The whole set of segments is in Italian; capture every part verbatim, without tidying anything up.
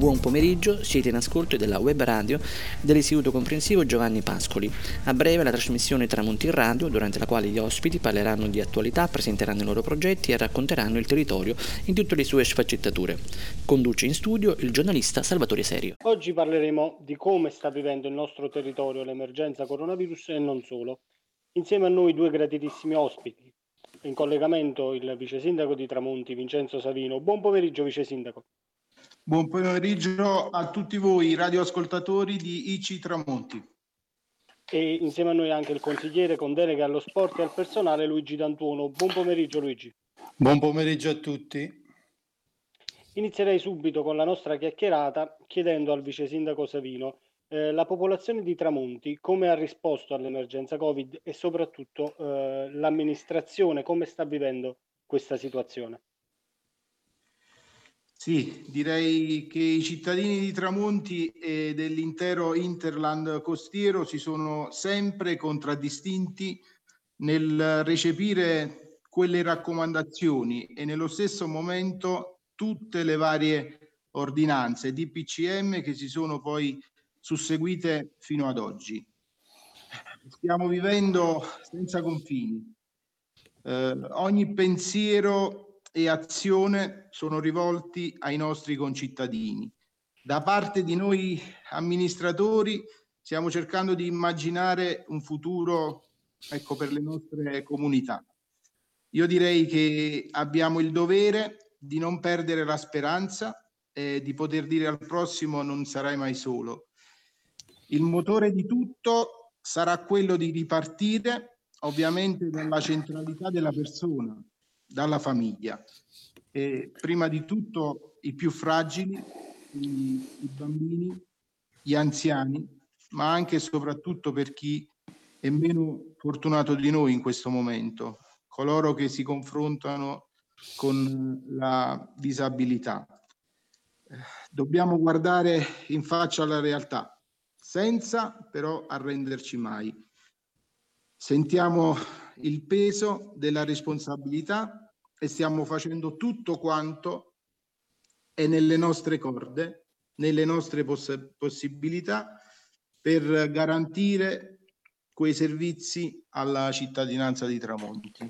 Buon pomeriggio, siete in ascolto della web radio dell'Istituto Comprensivo Giovanni Pascoli. A breve la trasmissione Tramonti in Radio, durante la quale gli ospiti parleranno di attualità, presenteranno i loro progetti e racconteranno il territorio in tutte le sue sfaccettature. Conduce in studio il giornalista Salvatore Serio. Oggi parleremo di come sta vivendo il nostro territorio l'emergenza coronavirus e non solo. Insieme a noi due graditissimi ospiti. In collegamento il vice sindaco di Tramonti, Vincenzo Savino. Buon pomeriggio, vice sindaco. Buon pomeriggio a tutti voi radioascoltatori di I C I Tramonti. E insieme a noi anche il consigliere con delega allo sport e al personale Luigi D'Antuono. Buon pomeriggio, Luigi. Buon pomeriggio a tutti. Inizierei subito con la nostra chiacchierata chiedendo al vice sindaco Savino eh, la popolazione di Tramonti come ha risposto all'emergenza Covid e soprattutto eh, l'amministrazione come sta vivendo questa situazione. Sì, direi che i cittadini di Tramonti e dell'intero Interland costiero si sono sempre contraddistinti nel recepire quelle raccomandazioni e nello stesso momento tutte le varie ordinanze D P C M che si sono poi susseguite fino ad oggi. Stiamo vivendo senza confini. Eh, ogni pensiero e azione sono rivolti ai nostri concittadini. Da parte di noi amministratori stiamo cercando di immaginare un futuro, ecco, per le nostre comunità. Io direi che abbiamo il dovere di non perdere la speranza e di poter dire al prossimo non sarai mai solo. Il motore di tutto sarà quello di ripartire ovviamente dalla centralità della persona, dalla famiglia e prima di tutto i più fragili, i, i bambini, gli anziani, ma anche e soprattutto per chi è meno fortunato di noi in questo momento, coloro che si confrontano con la disabilità. Dobbiamo guardare in faccia alla realtà, senza però arrenderci mai. Sentiamo il peso della responsabilità e stiamo facendo tutto quanto è nelle nostre corde, nelle nostre poss- possibilità per garantire quei servizi alla cittadinanza di Tramonti.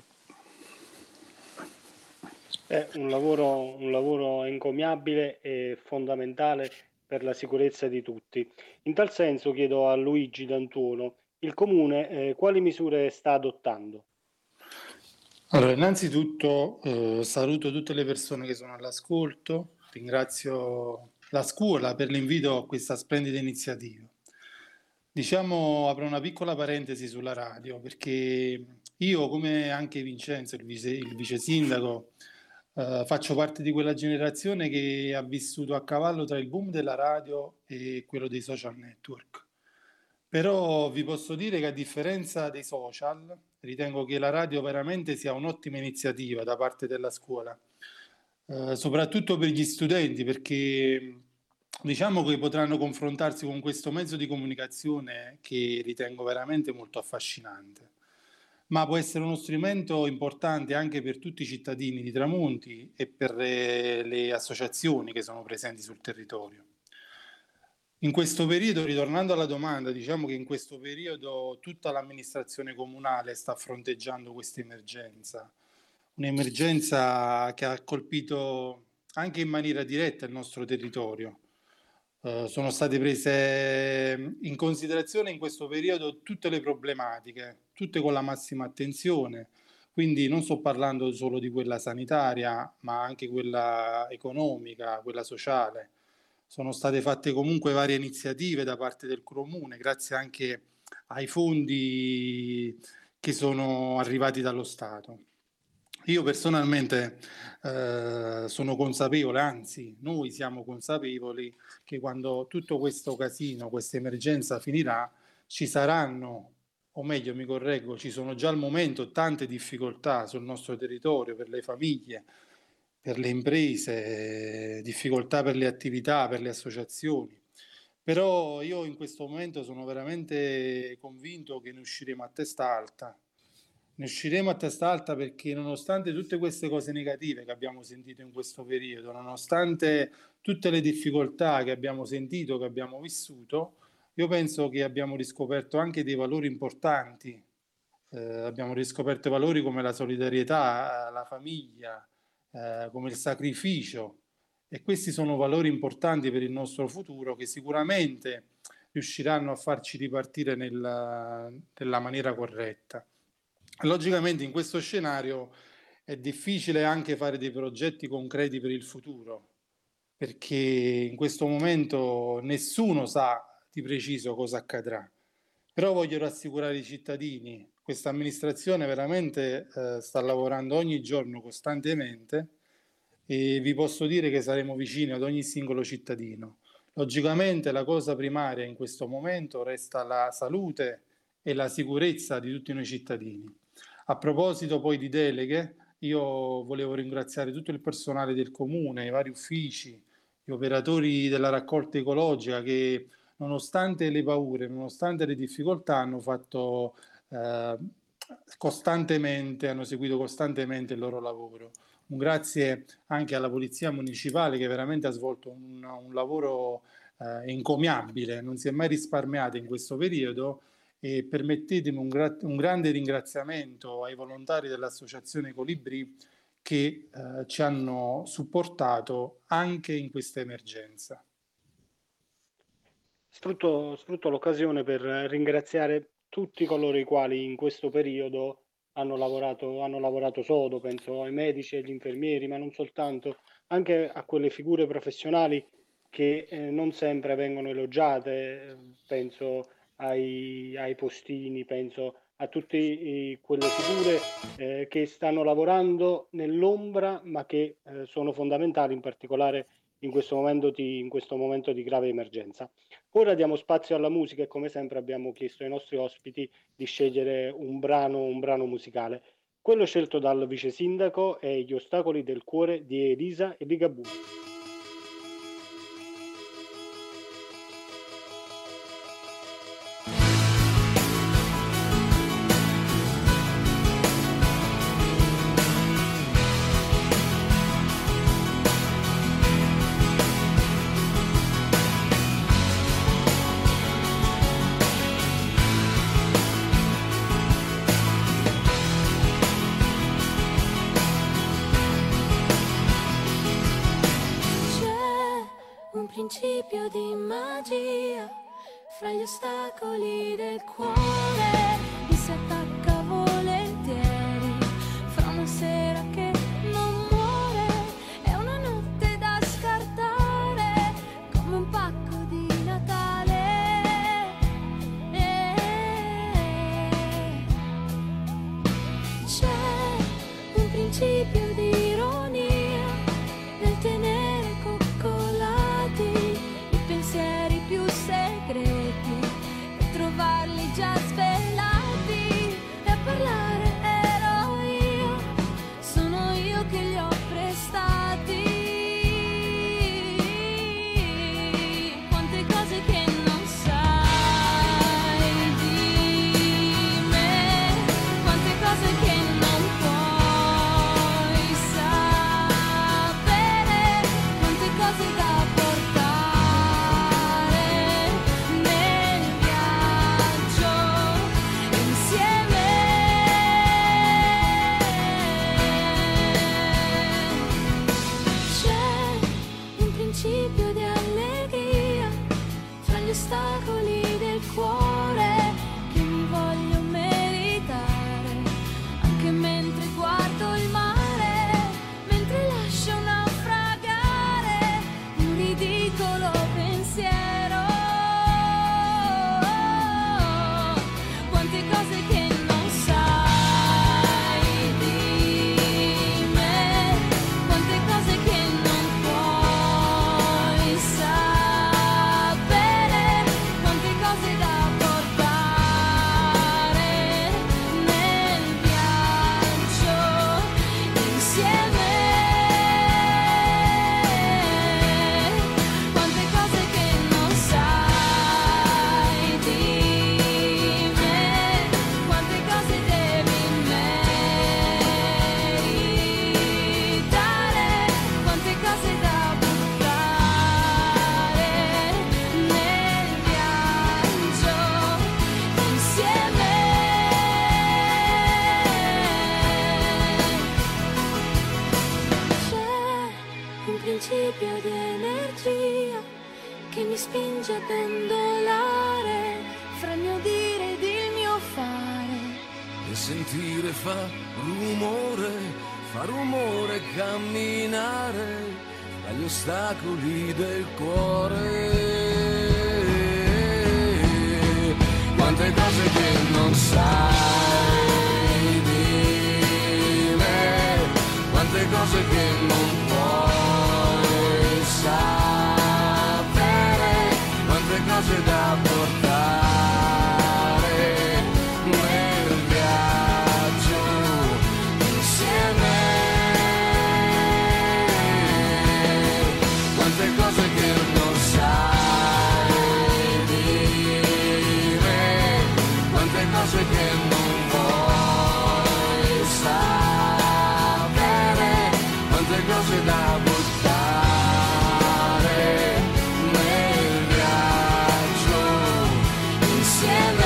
È un lavoro, un lavoro encomiabile e fondamentale per la sicurezza di tutti. In tal senso chiedo a Luigi D'Antuono, il Comune eh, quali misure sta adottando? Allora, innanzitutto eh, saluto tutte le persone che sono all'ascolto, ringrazio la scuola per l'invito a questa splendida iniziativa. Diciamo, apro una piccola parentesi sulla radio, perché io, come anche Vincenzo, il vice, il vice sindaco, eh, faccio parte di quella generazione che ha vissuto a cavallo tra il boom della radio e quello dei social network. Però vi posso dire che a differenza dei social, ritengo che la radio veramente sia un'ottima iniziativa da parte della scuola, eh, soprattutto per gli studenti, perché diciamo che potranno confrontarsi con questo mezzo di comunicazione che ritengo veramente molto affascinante, ma può essere uno strumento importante anche per tutti i cittadini di Tramonti e per le, le associazioni che sono presenti sul territorio. In questo periodo, ritornando alla domanda, diciamo che in questo periodo tutta l'amministrazione comunale sta fronteggiando questa emergenza, un'emergenza che ha colpito anche in maniera diretta il nostro territorio. Uh, sono state prese in considerazione in questo periodo tutte le problematiche, tutte con la massima attenzione, quindi non sto parlando solo di quella sanitaria, ma anche quella economica, quella sociale. Sono state fatte comunque varie iniziative da parte del Comune, grazie anche ai fondi che sono arrivati dallo Stato. Io personalmente eh, sono consapevole, anzi noi siamo consapevoli che quando tutto questo casino, questa emergenza finirà, ci saranno, o meglio mi correggo, ci sono già al momento tante difficoltà sul nostro territorio per le famiglie, per le imprese, difficoltà per le attività, per le associazioni. Però io in questo momento sono veramente convinto che ne usciremo a testa alta, Ne usciremo a testa alta perché nonostante tutte queste cose negative che abbiamo sentito in questo periodo, nonostante tutte le difficoltà che abbiamo sentito, che abbiamo vissuto, io penso che abbiamo riscoperto anche dei valori importanti. Eh, abbiamo riscoperto valori come la solidarietà, la famiglia, eh, come il sacrificio, e questi sono valori importanti per il nostro futuro che sicuramente riusciranno a farci ripartire nella, nella maniera corretta. Logicamente in questo scenario è difficile anche fare dei progetti concreti per il futuro, perché in questo momento nessuno sa di preciso cosa accadrà. Però voglio rassicurare i cittadini, questa amministrazione veramente eh, sta lavorando ogni giorno costantemente e vi posso dire che saremo vicini ad ogni singolo cittadino. Logicamente la cosa primaria in questo momento resta la salute e la sicurezza di tutti noi cittadini. A proposito poi di deleghe, io volevo ringraziare tutto il personale del comune, i vari uffici, gli operatori della raccolta ecologica che nonostante le paure, nonostante le difficoltà hanno fatto eh, costantemente, hanno seguito costantemente il loro lavoro. Un grazie anche alla Polizia Municipale che veramente ha svolto un, un lavoro eh, encomiabile, non si è mai risparmiata in questo periodo. E permettetemi un, gra- un grande ringraziamento ai volontari dell'Associazione Colibrì che eh, ci hanno supportato anche in questa emergenza. Sfrutto, sfrutto l'occasione per ringraziare tutti coloro i quali in questo periodo hanno lavorato, hanno lavorato sodo, penso ai medici e agli infermieri, ma non soltanto, anche a quelle figure professionali che eh, non sempre vengono elogiate, penso ai, ai postini, penso a tutte eh, quelle figure eh, che stanno lavorando nell'ombra ma che eh, sono fondamentali in particolare in questo momento di, in questo momento di grave emergenza. Ora diamo spazio alla musica e come sempre abbiamo chiesto ai nostri ospiti di scegliere un brano, un brano musicale. Quello scelto dal vice sindaco è Gli ostacoli del cuore di Elisa e Ligabue. Principio di magia fra gli ostacoli del cuore mi si attacca volentieri fra una sera che non muore e una notte da scartare come un pacco di Natale. E c'è un principio di ironia nel tenere pensieri più segreti e trovarli già svegli. e sentire fa rumore, fa rumore camminare tra gli ostacoli del cuore. Quante cose che non sai dire, quante cose che non puoi sapere, quante cose da portare nel viaggio insieme, quante cose che non sai dire, quante cose che non vuoi sapere, quante cose da buttare nel viaggio insieme.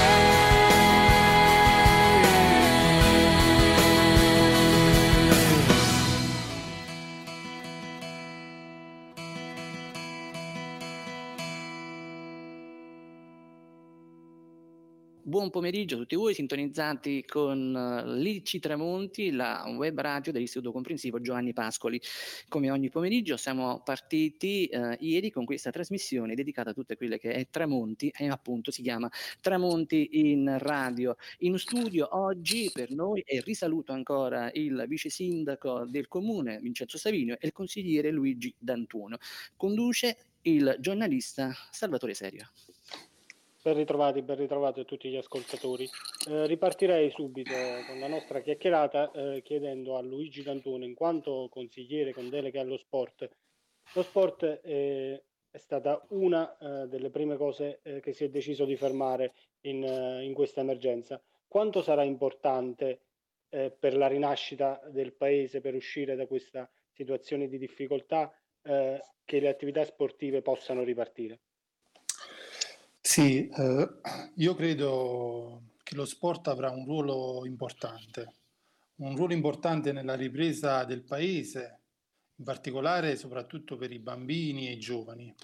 Buon pomeriggio a tutti voi sintonizzati con uh, l'I C Tramonti, la web radio dell'Istituto Comprensivo Giovanni Pascoli. Come ogni pomeriggio siamo partiti uh, ieri con questa trasmissione dedicata a tutte quelle che è Tramonti e appunto si chiama Tramonti in radio. In studio oggi per noi, e risaluto ancora il vice sindaco del comune Vincenzo Savinio e il consigliere Luigi D'Antuono. Conduce il giornalista Salvatore Serio. Ben ritrovati, ben ritrovati a tutti gli ascoltatori. Eh, ripartirei subito con la nostra chiacchierata eh, chiedendo a Luigi D'Antuono, in quanto consigliere con delega allo sport. Lo sport eh, è stata una eh, delle prime cose eh, che si è deciso di fermare in, eh, in questa emergenza. Quanto sarà importante eh, per la rinascita del paese, per uscire da questa situazione di difficoltà, eh, che le attività sportive possano ripartire? Sì, eh, io credo che lo sport avrà un ruolo importante, un ruolo importante nella ripresa del paese, in particolare soprattutto per i bambini e i giovani.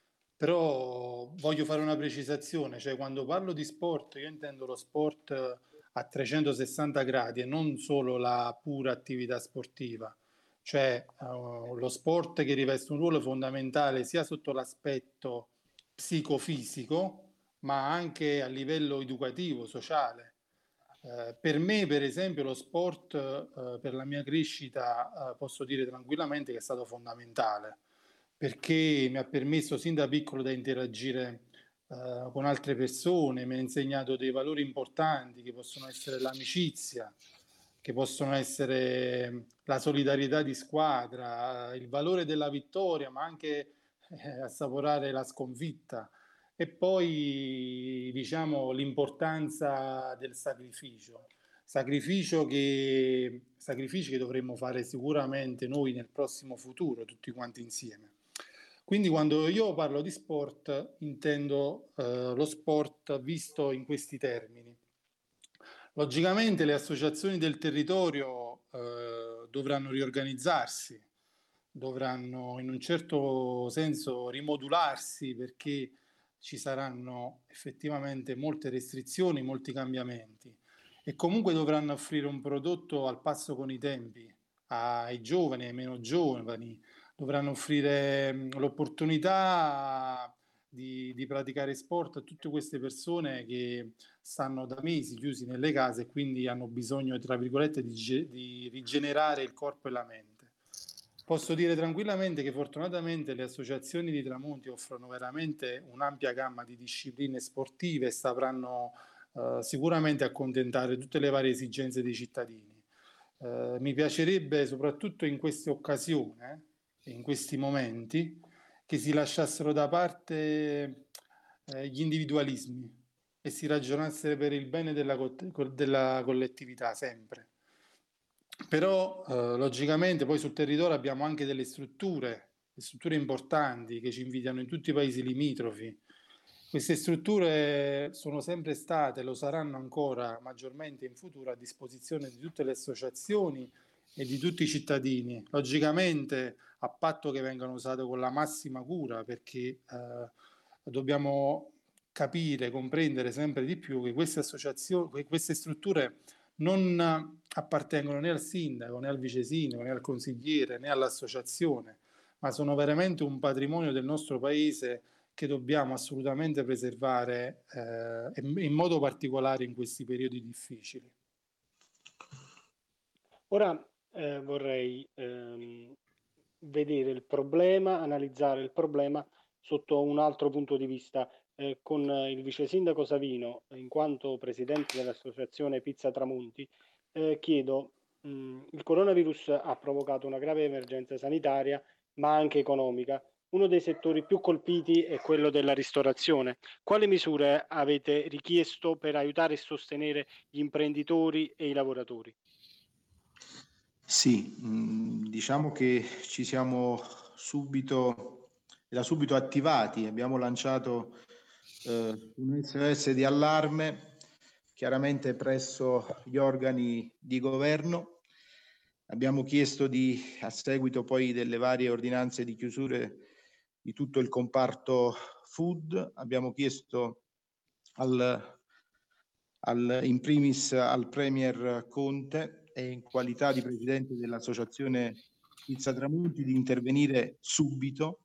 Però voglio fare una precisazione, cioè quando parlo di sport io intendo lo sport a trecentosessanta gradi e non solo la pura attività sportiva, cioè uh, lo sport che riveste un ruolo fondamentale sia sotto l'aspetto psicofisico, ma anche a livello educativo, sociale. Eh, per me, per esempio, lo sport eh, per la mia crescita eh, posso dire tranquillamente che è stato fondamentale, perché mi ha permesso sin da piccolo di interagire eh, con altre persone, mi ha insegnato dei valori importanti che possono essere l'amicizia, che possono essere la solidarietà di squadra, il valore della vittoria, ma anche eh, assaporare la sconfitta, e poi diciamo l'importanza del sacrificio, sacrificio che, sacrifici che dovremmo fare sicuramente noi nel prossimo futuro, tutti quanti insieme. Quindi quando io parlo di sport intendo eh, lo sport visto in questi termini. Logicamente le associazioni del territorio eh, dovranno riorganizzarsi, dovranno in un certo senso rimodularsi, perché ci saranno effettivamente molte restrizioni, molti cambiamenti, e comunque dovranno offrire un prodotto al passo con i tempi ai giovani, ai meno giovani, dovranno offrire mh, l'opportunità di, di praticare sport a tutte queste persone che stanno da mesi chiusi nelle case e quindi hanno bisogno, tra virgolette, di, di rigenerare il corpo e la mente. Posso dire tranquillamente che fortunatamente le associazioni di Tramonti offrono veramente un'ampia gamma di discipline sportive e sapranno eh, sicuramente accontentare tutte le varie esigenze dei cittadini. Eh, mi piacerebbe soprattutto in queste occasioni, eh, in questi momenti, che si lasciassero da parte eh, gli individualismi e si ragionasse per il bene della, della collettività sempre. Però eh, logicamente poi sul territorio abbiamo anche delle strutture, strutture importanti che ci invidiano in tutti i paesi limitrofi. Queste strutture sono sempre state, lo saranno ancora maggiormente in futuro, a disposizione di tutte le associazioni e di tutti i cittadini, logicamente a patto che vengano usate con la massima cura, perché eh, dobbiamo capire, comprendere sempre di più che queste associazioni, queste strutture non appartengono né al sindaco, né al vice sindaco, né al consigliere, né all'associazione, ma sono veramente un patrimonio del nostro paese che dobbiamo assolutamente preservare eh, in modo particolare in questi periodi difficili. Ora eh, vorrei ehm, vedere il problema, analizzare il problema sotto un altro punto di vista, eh, con il vice sindaco Savino, in quanto presidente dell'associazione Pizza Tramonti. Eh, chiedo, mh, il coronavirus ha provocato una grave emergenza sanitaria, ma anche economica. Uno dei settori più colpiti è quello della ristorazione. Quali misure avete richiesto per aiutare e sostenere gli imprenditori e i lavoratori? Sì, mh, diciamo che ci siamo subito, da subito attivati, abbiamo lanciato eh, un S O S di allarme, chiaramente presso gli organi di governo. Abbiamo chiesto di, a seguito poi delle varie ordinanze di chiusure di tutto il comparto food, abbiamo chiesto al, al, in primis al Premier Conte e in qualità di presidente dell'associazione Pizza Tramonti di intervenire subito,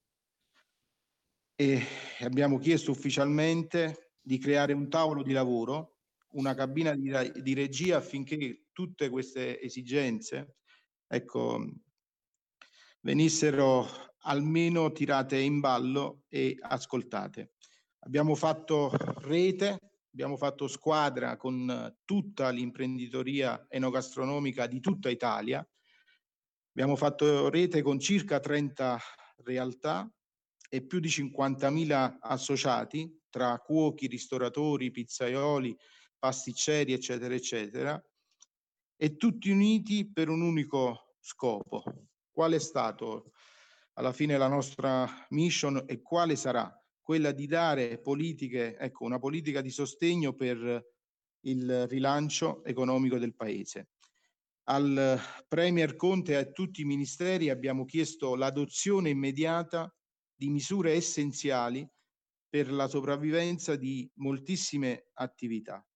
e abbiamo chiesto ufficialmente di creare un tavolo di lavoro, una cabina di, di regia affinché tutte queste esigenze, ecco, venissero almeno tirate in ballo e ascoltate. Abbiamo fatto rete, abbiamo fatto squadra con tutta l'imprenditoria enogastronomica di tutta Italia, abbiamo fatto rete con circa trenta realtà e più di cinquantamila associati tra cuochi, ristoratori, pizzaioli, pasticceri, eccetera, eccetera, e tutti uniti per un unico scopo. Qual è stato alla fine la nostra mission e quale sarà? Quella di dare politiche, ecco, una politica di sostegno per il rilancio economico del Paese. Al Premier Conte e a tutti i ministeri abbiamo chiesto l'adozione immediata di misure essenziali per la sopravvivenza di moltissime attività.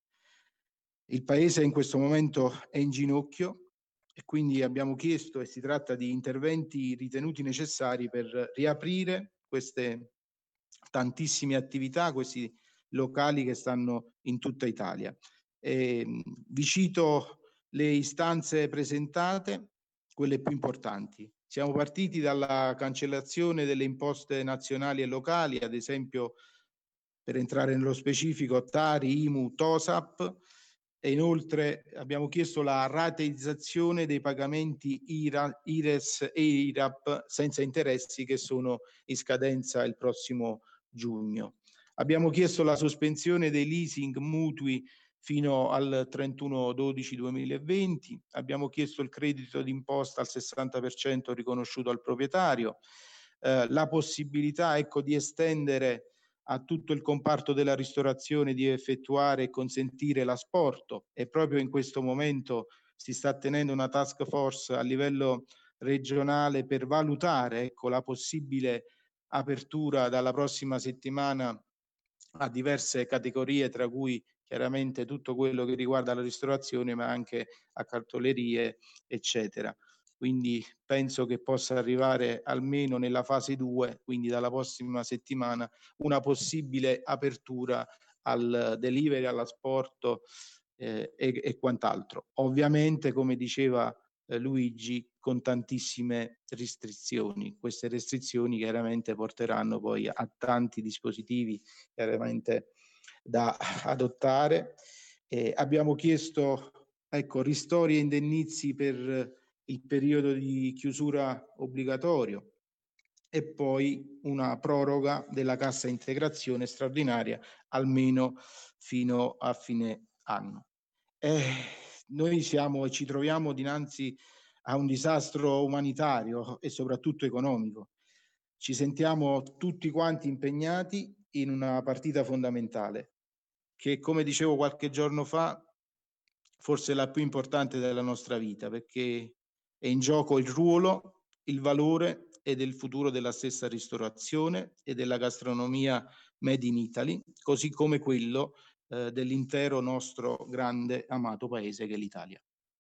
Il Paese in questo momento è in ginocchio e quindi abbiamo chiesto, e si tratta di interventi ritenuti necessari per riaprire queste tantissime attività, questi locali che stanno in tutta Italia. E, vi cito le istanze presentate, quelle più importanti. Siamo partiti dalla cancellazione delle imposte nazionali e locali, ad esempio, per entrare nello specifico, Tari, I M U, TOSAP, e inoltre abbiamo chiesto la rateizzazione dei pagamenti I R A, I R E S e I R A P senza interessi, che sono in scadenza il prossimo giugno. Abbiamo chiesto la sospensione dei leasing mutui fino al trentuno dodici duemilaventi, abbiamo chiesto il credito d'imposta al sessanta per cento riconosciuto al proprietario, eh, la possibilità, ecco, di estendere a tutto il comparto della ristorazione di effettuare e consentire l'asporto, e proprio in questo momento si sta tenendo una task force a livello regionale per valutare, ecco, la possibile apertura dalla prossima settimana a diverse categorie, tra cui chiaramente tutto quello che riguarda la ristorazione, ma anche a cartolerie, eccetera. Quindi penso che possa arrivare almeno nella fase due, quindi dalla prossima settimana, una possibile apertura al delivery, all'asporto eh, e, e quant'altro. Ovviamente, come diceva eh, Luigi, con tantissime restrizioni. Queste restrizioni chiaramente porteranno poi a tanti dispositivi chiaramente da adottare. Eh, abbiamo chiesto, ecco, ristori e indennizi per il periodo di chiusura obbligatorio e poi una proroga della cassa integrazione straordinaria almeno fino a fine anno. Eh, noi siamo e ci troviamo dinanzi a un disastro umanitario e soprattutto economico. Ci sentiamo tutti quanti impegnati in una partita fondamentale che, come dicevo qualche giorno fa, forse è la più importante della nostra vita, perché è in gioco il ruolo, il valore ed il futuro della stessa ristorazione e della gastronomia made in Italy, così come quello eh, dell'intero nostro grande amato paese che è l'Italia.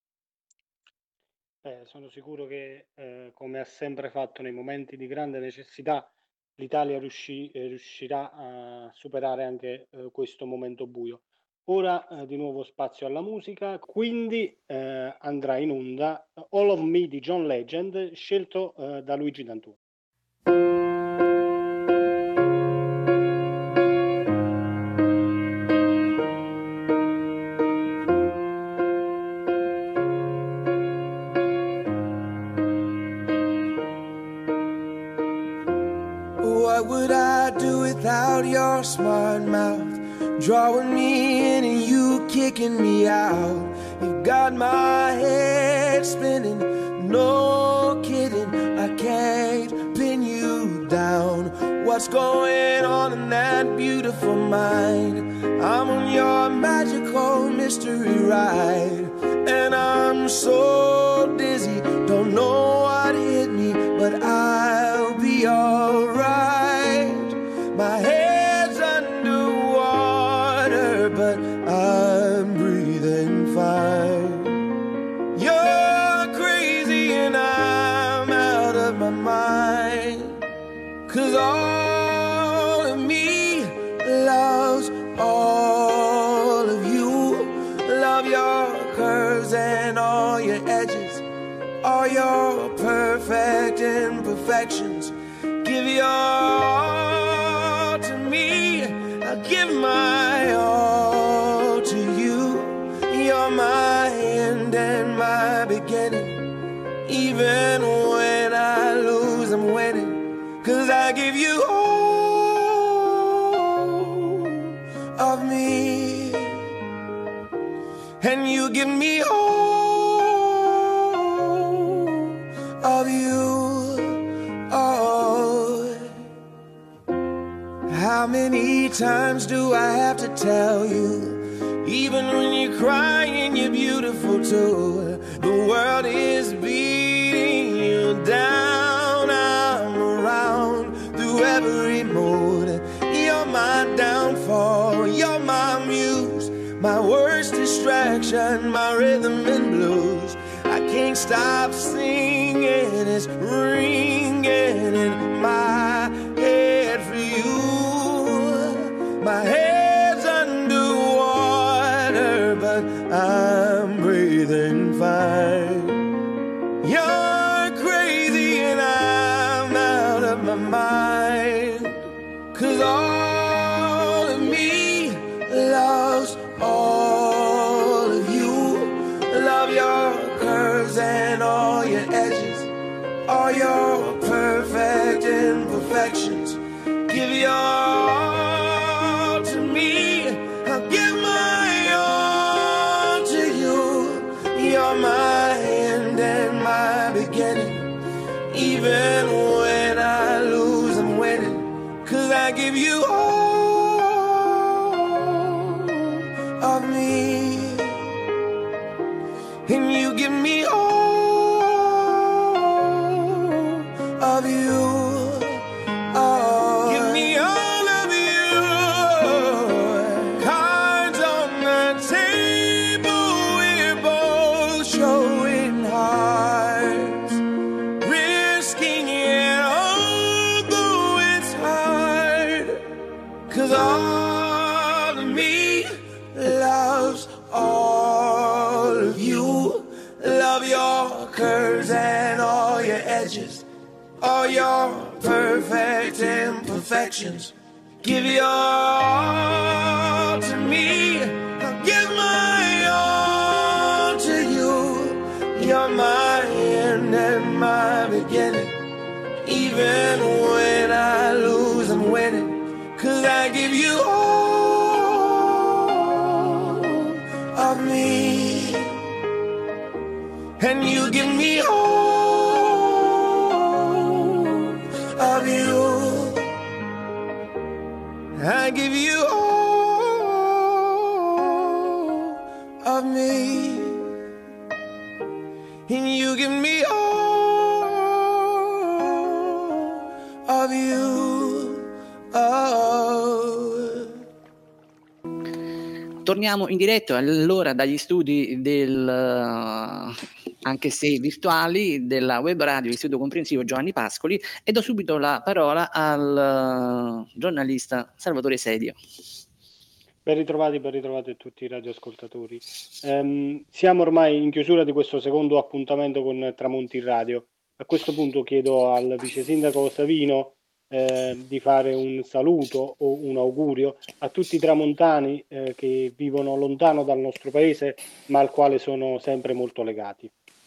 Eh, sono sicuro che, eh, come ha sempre fatto nei momenti di grande necessità, l'Italia riusci- eh, riuscirà a superare anche eh, questo momento buio. Ora eh, di nuovo spazio alla musica, quindi eh, andrà in onda All of Me di John Legend, scelto eh, da Luigi D'Antoni. What would I do without your smart mouth? Drawing me in and you kicking me out. You got my head spinning, no kidding. I can't pin you down. What's going on in that beautiful mind? I'm on your magical mystery ride, and I'm so dizzy, don't know what hit me, but I'll be alright. My head's underwater, but I'm breathing fine. You're crazy and I'm out of my mind, 'cause all of me loves all of you. Love your curves and all your edges, all your perfect imperfections. Give your all to me, I'll give my all to you. You're my end and my beginning. Even when I lose, I'm winning, 'cause I give you all of me, and you give me all of you. Oh, how many times do I have to tell you? Even when you're crying, you're beautiful too. The world is beating you down. I'm around through every mood. You're my downfall, you're my muse, my worst distraction, my rhythm and blues. I can't stop singing, it's ringing in my head for you. My head's underwater, but I'm breathing fine. You're crazy and I'm out of my mind, 'cause all of me loves all of you. Love your curves and all your edges, all your perfect imperfections. Give your all to me, I'll give my all to you. You're my end and my beginning. Even when I lose, I'm winning, 'cause I give you all of me, and you give me all of you. Oh, give me all of you. Cards on the table, we're both showing hearts, risking it although it's hard, 'cause all of me loves all of you. Love your curves and all your edges, all your perfect imperfections. Give your all to me, I'll give my all to you. You're my end and my beginning. Even when I lose, I'm winning, 'cause I give you all of me, and you give me all of you. I give you all of me, and you give me all of you. Oh. torniamo in diretta allora dagli studi del, anche se virtuali, della web radio Istituto Comprensivo Giovanni Pascoli, e do subito la parola al giornalista Salvatore Sedio. Ben ritrovati, ben ritrovati a tutti i radioascoltatori. Um, siamo ormai in chiusura di questo secondo appuntamento con Tramonti in Radio. A questo punto chiedo al vice sindaco Savino eh, di fare un saluto o un augurio a tutti i tramontani eh, che vivono lontano dal nostro paese, ma al quale sono sempre molto legati.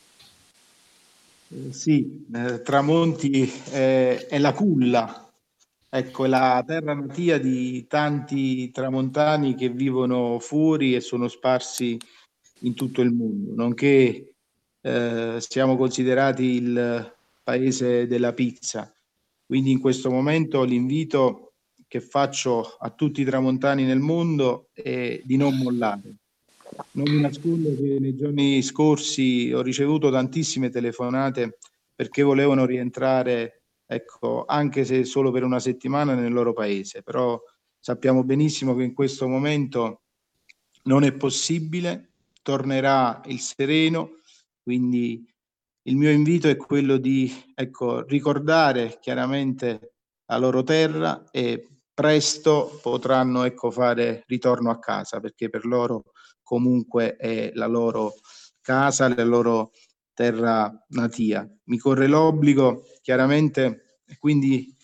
Eh, sì, eh, Tramonti eh, è la culla. Ecco, è la terra natia di tanti tramontani che vivono fuori e sono sparsi in tutto il mondo, nonché eh, siamo considerati il paese della pizza. Quindi in questo momento l'invito che faccio a tutti i tramontani nel mondo è di non mollare. Non mi nascondo che nei giorni scorsi ho ricevuto tantissime telefonate perché volevano rientrare, ecco, anche se solo per una settimana nel loro paese, però sappiamo benissimo che in questo momento non è possibile, tornerà il sereno, quindi il mio invito è quello di, ecco, ricordare chiaramente la loro terra e presto potranno, ecco, fare ritorno a casa, perché per loro comunque è la loro casa, la loro terra natia. Mi corre l'obbligo, chiaramente, e quindi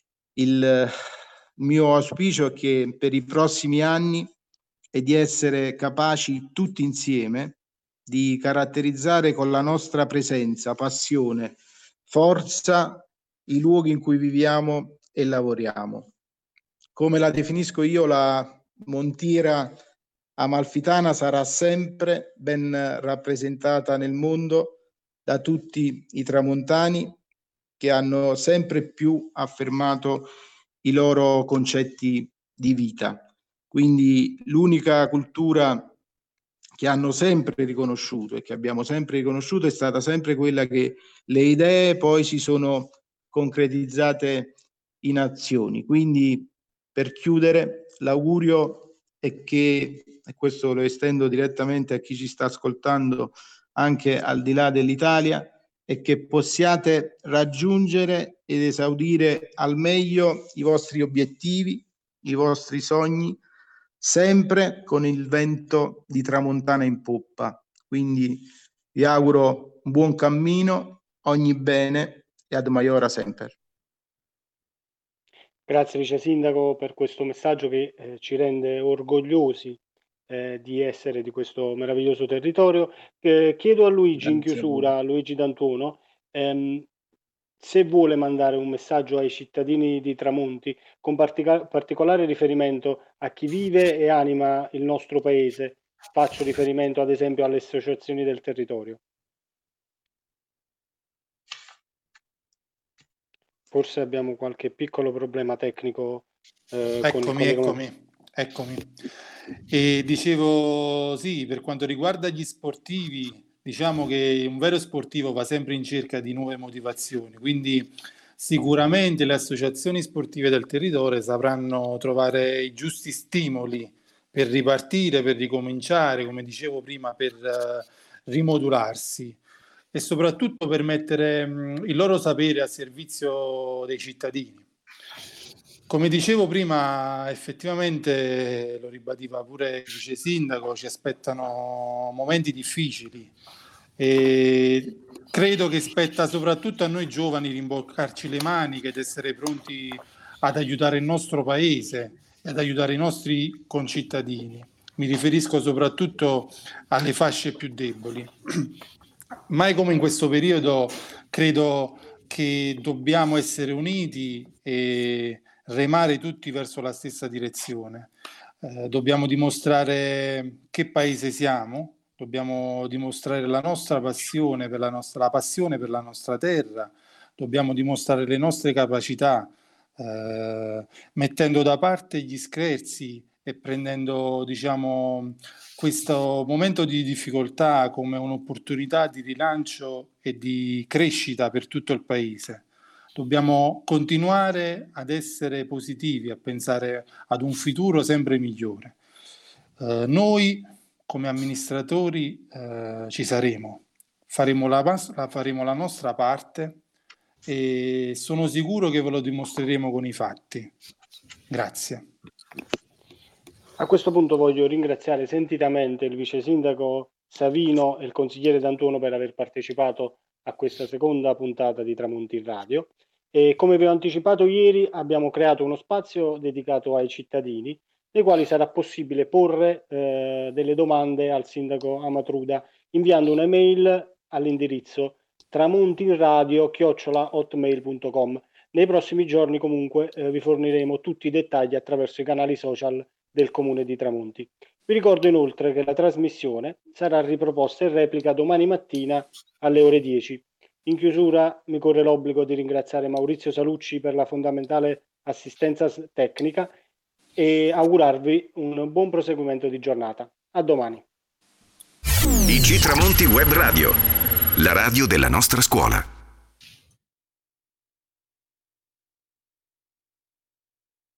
il mio auspicio è che per i prossimi anni è di essere capaci tutti insieme di caratterizzare con la nostra presenza, passione, forza i luoghi in cui viviamo e lavoriamo. Come la definisco io, la Montiera amalfitana sarà sempre ben rappresentata nel mondo da tutti i tramontani che hanno sempre più affermato i loro concetti di vita. Quindi l'unica cultura che hanno sempre riconosciuto e che abbiamo sempre riconosciuto è stata sempre quella che le idee poi si sono concretizzate in azioni. Quindi, per chiudere, l'augurio è che, e questo lo estendo direttamente a chi ci sta ascoltando anche al di là dell'Italia, è che possiate raggiungere ed esaudire al meglio i vostri obiettivi, i vostri sogni, sempre con il vento di tramontana in poppa. Quindi vi auguro un buon cammino, ogni bene e ad maiora sempre. Grazie Vice Sindaco per questo messaggio che eh, ci rende orgogliosi eh, di essere di questo meraviglioso territorio. Eh, chiedo a Luigi, in chiusura, a Luigi D'Antuono, ehm, se vuole mandare un messaggio ai cittadini di Tramonti con partica- particolare riferimento a chi vive e anima il nostro paese. Faccio riferimento ad esempio alle associazioni del territorio. Forse abbiamo qualche piccolo problema tecnico. Eh, eccomi, eccomi, eccomi. E dicevo, sì, per quanto riguarda gli sportivi, diciamo che un vero sportivo va sempre in cerca di nuove motivazioni, quindi sicuramente le associazioni sportive del territorio sapranno trovare i giusti stimoli per ripartire, per ricominciare, come dicevo prima, per uh, rimodularsi e soprattutto per mettere mh, il loro sapere a servizio dei cittadini. Come dicevo prima, effettivamente, lo ribadiva pure il vice sindaco, ci aspettano momenti difficili e credo che spetta soprattutto a noi giovani rimboccarci le maniche ed essere pronti ad aiutare il nostro paese e ad aiutare i nostri concittadini. Mi riferisco soprattutto alle fasce più deboli. Mai come in questo periodo credo che dobbiamo essere uniti e remare tutti verso la stessa direzione. Eh, dobbiamo dimostrare che paese siamo, dobbiamo dimostrare la nostra passione per la nostra la passione per la nostra terra, dobbiamo dimostrare le nostre capacità, eh, mettendo da parte gli scherzi e prendendo, diciamo, questo momento di difficoltà come un'opportunità di rilancio e di crescita per tutto il paese. Dobbiamo continuare ad essere positivi, a pensare ad un futuro sempre migliore. Eh, noi come amministratori eh, ci saremo, faremo la, la, faremo la nostra parte e sono sicuro che ve lo dimostreremo con i fatti. Grazie. A questo punto voglio ringraziare sentitamente il vice sindaco Savino e il consigliere D'Antuono per aver partecipato a questa seconda puntata di Tramonti in Radio. E come vi ho anticipato ieri, abbiamo creato uno spazio dedicato ai cittadini, nei quali sarà possibile porre eh, delle domande al sindaco Amatruda inviando un'email all'indirizzo tramontinradio chiocciola hotmail punto com. Nei prossimi giorni comunque eh, vi forniremo tutti i dettagli attraverso i canali social del Comune di Tramonti. Vi ricordo inoltre che la trasmissione sarà riproposta in replica domani mattina alle ore dieci. In chiusura mi corre l'obbligo di ringraziare Maurizio Salucci per la fondamentale assistenza tecnica e augurarvi un buon proseguimento di giornata. A domani. I G Tramonti Web Radio, la radio della nostra scuola.